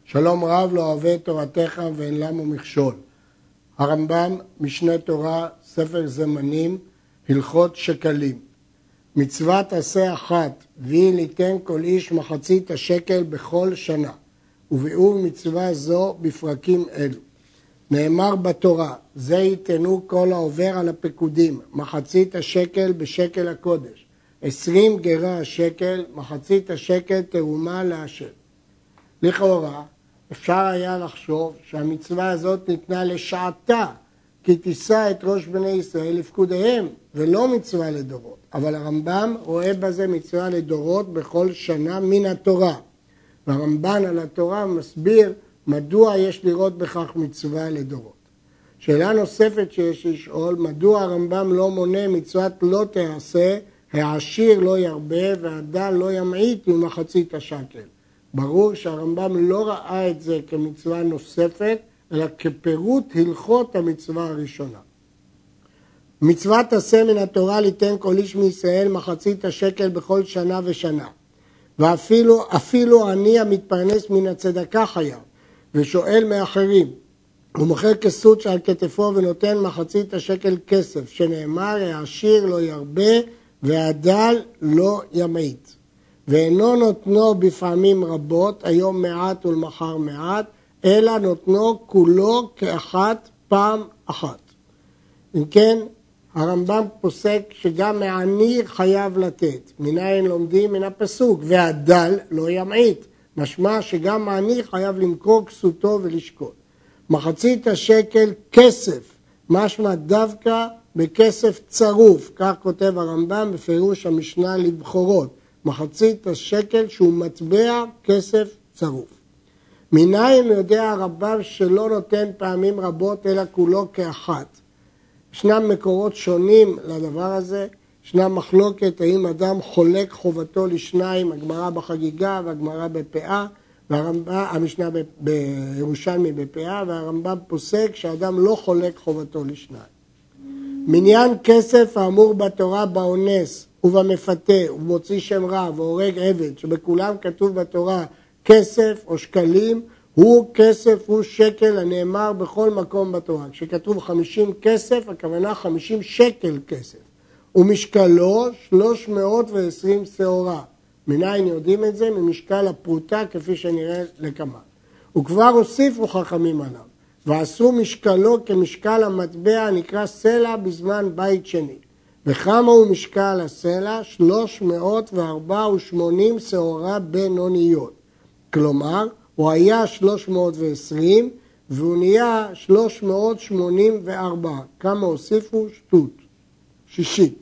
שלום רב לא אוהב תורתך ואין למו מכשול. הרמב"ם, משנה תורה, ספר זמנים, הלכות שקלים. מצוות עשה אחת, והיא ליתן כל איש מחצית השקל בכל שנה. וביאור מצווה זו בפרקים אלו. נאמר בתורה, זה ייתנו כל העובר על הפקודים, מחצית השקל בשקל הקודש. 20 גרה השקל, מחצית השקל תרומה להשם. לכאורה, אפשר היה לחשוב שהמצווה הזאת ניתנה לשעתה, כי תישא את ראש בני ישראל לפקודיהם, ולא מצווה לדורות. אבל הרמב"ם רואה בזה מצווה לדורות בכל שנה מן התורה. והרמב"ן על התורה מסביר מדוע יש לראות בכך מצווה לדורות. שאלה נוספת שיש לשאול, מדוע הרמב"ם לא מונה מצוות לא תעשה, העשיר לא ירבה והדל לא ימעיט ממחצית השקל. ברור שהרמב"ם לא ראה את זה כמצווה נוספת, אלא כפירוט הלכות המצווה הראשונה. מצוות עשה מן התורה ליתן כל איש מישראל מחצית השקל בכל שנה ושנה. ואפילו עני המתפרנס מן הצדקה חייב, ושואל מאחרים, הוא מוכר כסות שעל כתפו ונותן מחצית השקל כסף, שנאמר העשיר לא ירבה והדל לא ימעיט. ואינו נותנו בפעמים רבות, היום מעט ולמחר מעט, אלא נותנו כולו כאחת פעם אחת. אם כן, הרמב"ם פוסק שגם מעני חייב לתת. מניין לומדים מן הפסוק, והדל לא ימעיט. משמע שגם מעני חייב למכור כסותו ולשקול. מחצית השקל כסף, משמע דווקא בכסף צרוף, כך כותב הרמב"ם בפירוש המשנה לבחורות. מחצית השקל שהוא מטבע כסף צרוף. מניין יודע הרמב"ם שלא נותן פעמים רבות אלא כולו כאחת. ישנם מקורות שונים לדבר הזה, ישנם מחלוקת האם אדם חולק חובתו לשניים, הגמרא בחגיגה והגמרא בפאה, המשנה בירושלמי בפאה, והרמב"ם פוסק שהאדם לא חולק חובתו לשניים. מניין כסף האמור בתורה באונס ובמפתה ובמוציא שם רע והורג עבד, שבכולם כתוב בתורה כסף או שקלים, הוא כסף, הוא שקל הנאמר בכל מקום בתורה. כשכתוב 50 כסף, הכוונה 50 שקל כסף. ומשקלו 320 שעורה. מניין יודעים את זה? ממשקל הפרוטה כפי שנראה לכמה. וכבר הוסיפו חכמים עליו, ועשו משקלו כמשקל המטבע הנקרא סלע בזמן בית שני. וכמה הוא משקל הסלע? 384 שעורה בינוניות. כלומר, הוא היה 320 והוא נהיה 384. כמה הוסיפו? שטות. שישית.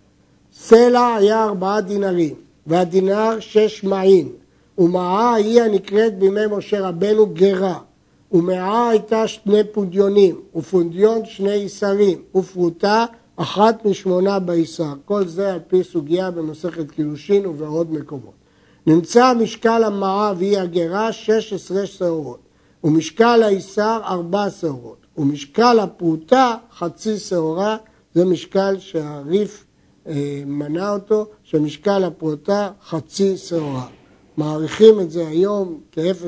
סלע היה 4 דינרים, והדינר 6 מעין. ומעה היא הנקראת בימי משה רבנו גרה. ומעה הייתה 2 פודיונים, ופודיון 2 איסרים, ופרוטה 1 מ8 באיסר. כל זה על פי סוגיה במסכת קידושין ובעוד מקומות. נמצא משקל המעה והיא הגרה 16 שעורות, ומשקל האיסר 4 שעורות, ומשקל הפרוטה 0.5 שעורה, זה משקל שהריף מנה אותו, שמשקל הפרוטה 0.5 שעורה. מעריכים את זה היום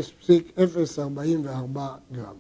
כ-0.044 גרם.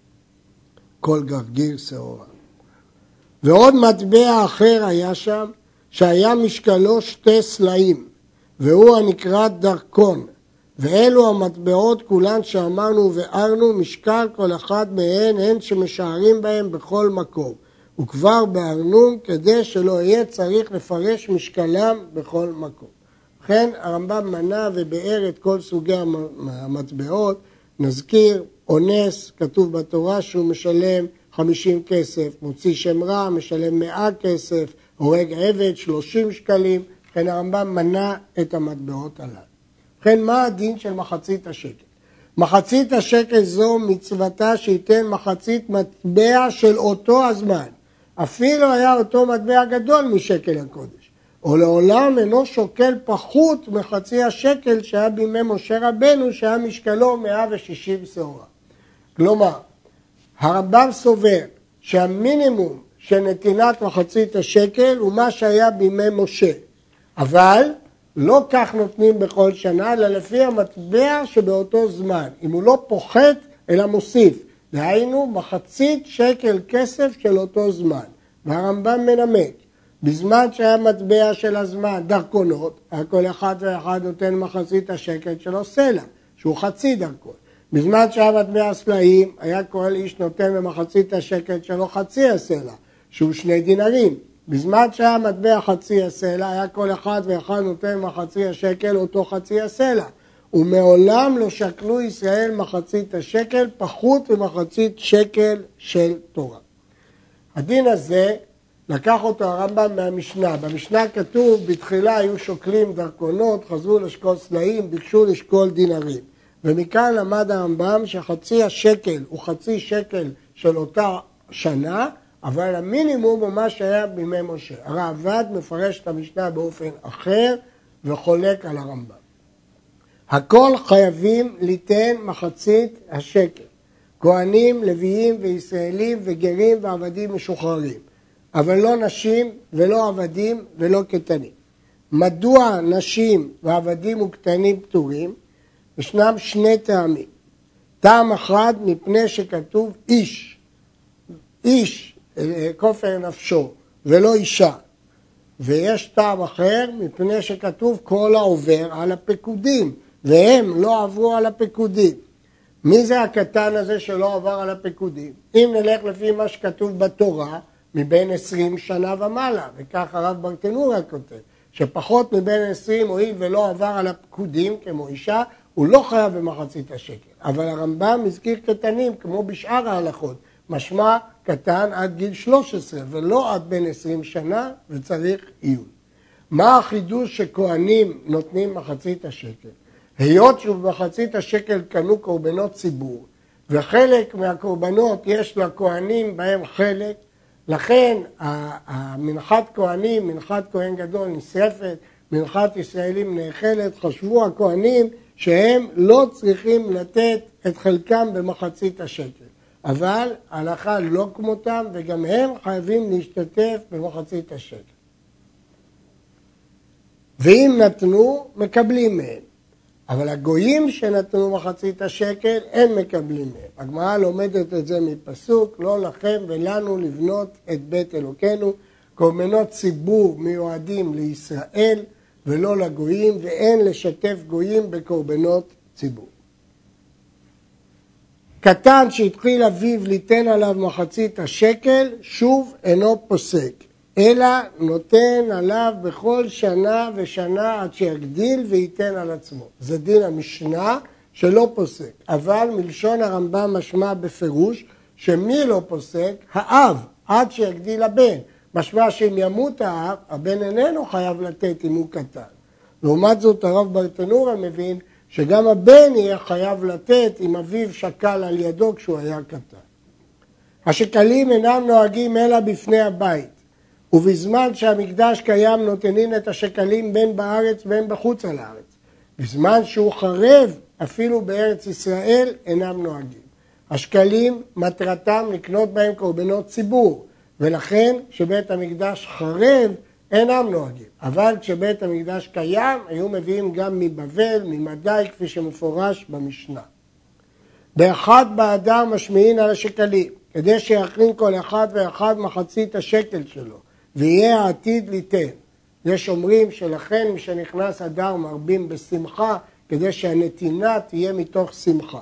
כל גרגיר שעורה. ועוד מטבע אחר היה שם, שהיה משקלו 2 סלעים, והוא הנקרא דרכון, ואלו המטבעות כולן שאמרנו והערנו, משקל כל אחד מהן הן שמשערים בהם בכל מקום, וכבר בערנום כדי שלא יהיה צריך לפרש משקלם בכל מקום. לכן הרמב"ם מנה ובאר את כל סוגי המטבעות. נזכיר, אונס, כתוב בתורה שהוא משלם 50 כסף, מוציא שם רע, משלם 100 כסף, הורג עבד 30 שקלים, לכן הרמב"ם מנה את המטבעות הללו. לכן מה הדין של מחצית השקל? מחצית השקל זו מצוותה שייתן מחצית מטבע של אותו הזמן. אפילו היה אותו מטבע גדול משקל הקודש. או לעולם אינו שוקל פחות מחצי השקל שהיה בימי משה רבנו, שהיה משקלו 160 שעורה. כלומר, הרמב"ם סובר שהמינימום של נתינת מחצית השקל הוא מה שהיה בימי משה. אבל לא כך נותנים בכל שנה, אלא לפי המטבע שבאותו זמן. אם הוא לא פוחת, אלא מוסיף. דהיינו, מחצית שקל כסף של אותו זמן. והרמב"ם מנמק, בזמן שהיה מטבע של הזמן, דרכונות, כל אחד ואחד נותן מחצית השקל שלו סלע, שהוא חצי דרכון. בזמן שהיה מטבע סלעים, היה כל איש נותן במחצית השקל שלו חצי הסלע, שהוא 2 דינרים. בזמן שהיה מטבע חצי הסלע, היה כל אחד ואחד נותן מחצי השקל אותו חצי הסלע. ומעולם לא שקלו ישראל מחצית השקל, פחות ממחצית שקל של תורה. הדין הזה לקח אותו הרמב"ם מהמשנה. במשנה כתוב, בתחילה היו שוקלים דרכונות, חזרו לשקול סלעים, ביקשו לשקול דינרים. ומכאן למד הרמב"ם שחצי השקל הוא חצי שקל של אותה שנה, אבל המינימום הוא מה שהיה בימי משה. הראב"ד מפרש את המשנה באופן אחר וחולק על הרמב"ם. הכל חייבים ליתן מחצית השקל. כהנים, לוויים וישראלים וגרים ועבדים משוחררים. אבל לא נשים ולא עבדים ולא קטנים. מדוע נשים ועבדים וקטנים פטורים? ישנם 2 טעמים. טעם אחד מפני שכתוב איש. איש, כופר נפשו, ולא אישה. ויש טעם אחר מפני שכתוב כל העובר על הפקודים, והם לא עברו על הפקודים. מי זה הקטן הזה שלא עבר על הפקודים? אם נלך לפי מה שכתוב בתורה, מבין 20 שנה ומעלה, וכך הרב ברטנורה כותב, שפחות מבין 20 הואיל ולא עבר על הפקודים כמו אישה, הוא לא חייב במחצית השקל. אבל הרמב"ם הזכיר קטנים כמו בשאר ההלכות, משמע קטן עד גיל 13 ולא עד בין 20 שנה וצריך עיון. מה החידוש שכהנים נותנים מחצית השקל? היות שבמחצית השקל קנו קורבנות ציבור, וחלק מהקורבנות יש לכהנים בהם חלק, לכן המנחת כהנים, מנחת כהן גדול נשרפת, מנחת ישראלים נאכלת, חשבו הכהנים שהם לא צריכים לתת את חלקם במחצית השקל. אבל ההלכה לא כמותם וגם הם חייבים להשתתף במחצית השקל. ואם נתנו, מקבלים מהם. אבל הגויים שנתנו מחצית השקל, אין מקבלים מהם. הגמרא לומדת את זה מפסוק, לא לכם ולנו לבנות את בית אלוקינו, קורבנות ציבור מיועדים לישראל ולא לגויים, ואין לשתף גויים בקורבנות ציבור. קטן שהתחיל אביו ליתן עליו מחצית השקל, שוב אינו פוסק, אלא נותן עליו בכל שנה ושנה עד שיגדיל וייתן על עצמו. זה דין המשנה שלא פוסק, אבל מלשון הרמב"ם משמע בפירוש שמי לא פוסק? האב, עד שיגדיל הבן. משמע שאם ימות האב, הבן איננו חייב לתת אם הוא קטן. לעומת זאת הרב ברטנורה מבין שגם הבן יהיה חייב לתת אם אביו שקל על ידו כשהוא היה קטן. השקלים אינם נוהגים אלא בפני הבית, ובזמן שהמקדש קיים נותנים את השקלים בין בארץ בין בחוץ על הארץ. בזמן שהוא חרב, אפילו בארץ ישראל, אינם נוהגים. השקלים מטרתם לקנות בהם קורבנות ציבור, ולכן כשבית המקדש חרב אינם נוהגים. אבל כשבית המקדש קיים, היו מביאים גם מבבל, ממדי, כפי שמפורש במשנה. באחד באדר משמיעין על השקלים, כדי שיכין כל אחד ואחד מחצית השקל שלו, ויהיה העתיד ליתן. יש אומרים שלכן משנכנס אדר מרבים בשמחה, כדי שהנתינה תהיה מתוך שמחה.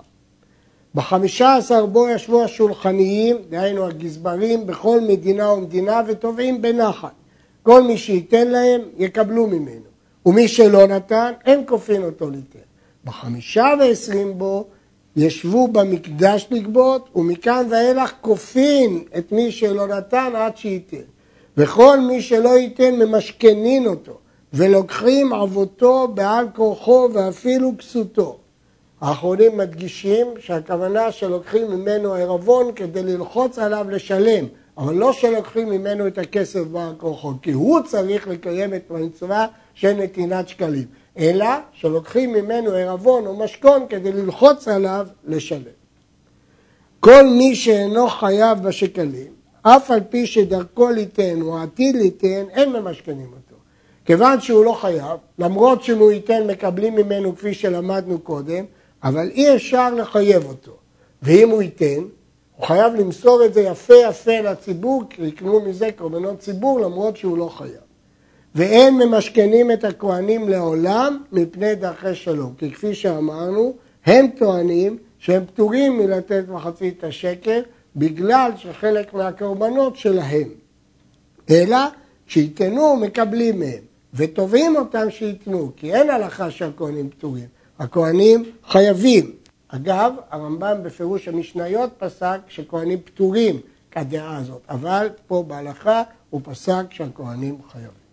ב15 בו ישבו השולחניים, דהיינו הגזברים, בכל מדינה ומדינה ותובעים בנחת. כל מי שייתן להם יקבלו ממנו, ומי שלא נתן, אין כופין אותו ליתן. ב25 בו ישבו במקדש לגבות, ומכאן ואילך כופין את מי שלא נתן עד שייתן. וכל מי שלא ייתן ממשכנין אותו, ולוקחים עבותו בעל כורחו ואפילו כסותו. האחרונים מדגישים שהכוונה שלוקחים ממנו ערבון כדי ללחוץ עליו לשלם, אבל לא שלוקחים ממנו את הכסף בעל כורחו, כי הוא צריך לקיים את המצווה של נתינת שקלים, אלא שלוקחים ממנו ערבון או משכון כדי ללחוץ עליו לשלם. כל מי שאינו חייב בשקלים, אף על פי שדרכו ליתן או עתיד ליתן, אין ממשכנים אותו. כיוון שהוא לא חייב, למרות שאם הוא ייתן מקבלים ממנו כפי שלמדנו קודם, אבל אי אפשר לחייב אותו. ואם הוא ייתן, הוא חייב למסור את זה יפה יפה לציבור, כי יקנו מזה קורבנות ציבור למרות שהוא לא חייב. ואין ממשכנים את הכהנים לעולם מפני דרכי שלום, כי כפי שאמרנו, הם טוענים שהם פטורים מלתת מחצית השקל, בגלל שחלק מהקורבנות שלהם. אלא שיתנו מקבלים מהם, ותובעים אותם שיתנו, כי אין הלכה שהכהנים פטורים, הכהנים חייבים. אגב, הרמב"ם בפירוש המשניות פסק שכהנים פטורים כדעה הזאת, אבל פה בהלכה הוא פסק שהכהנים חייבים.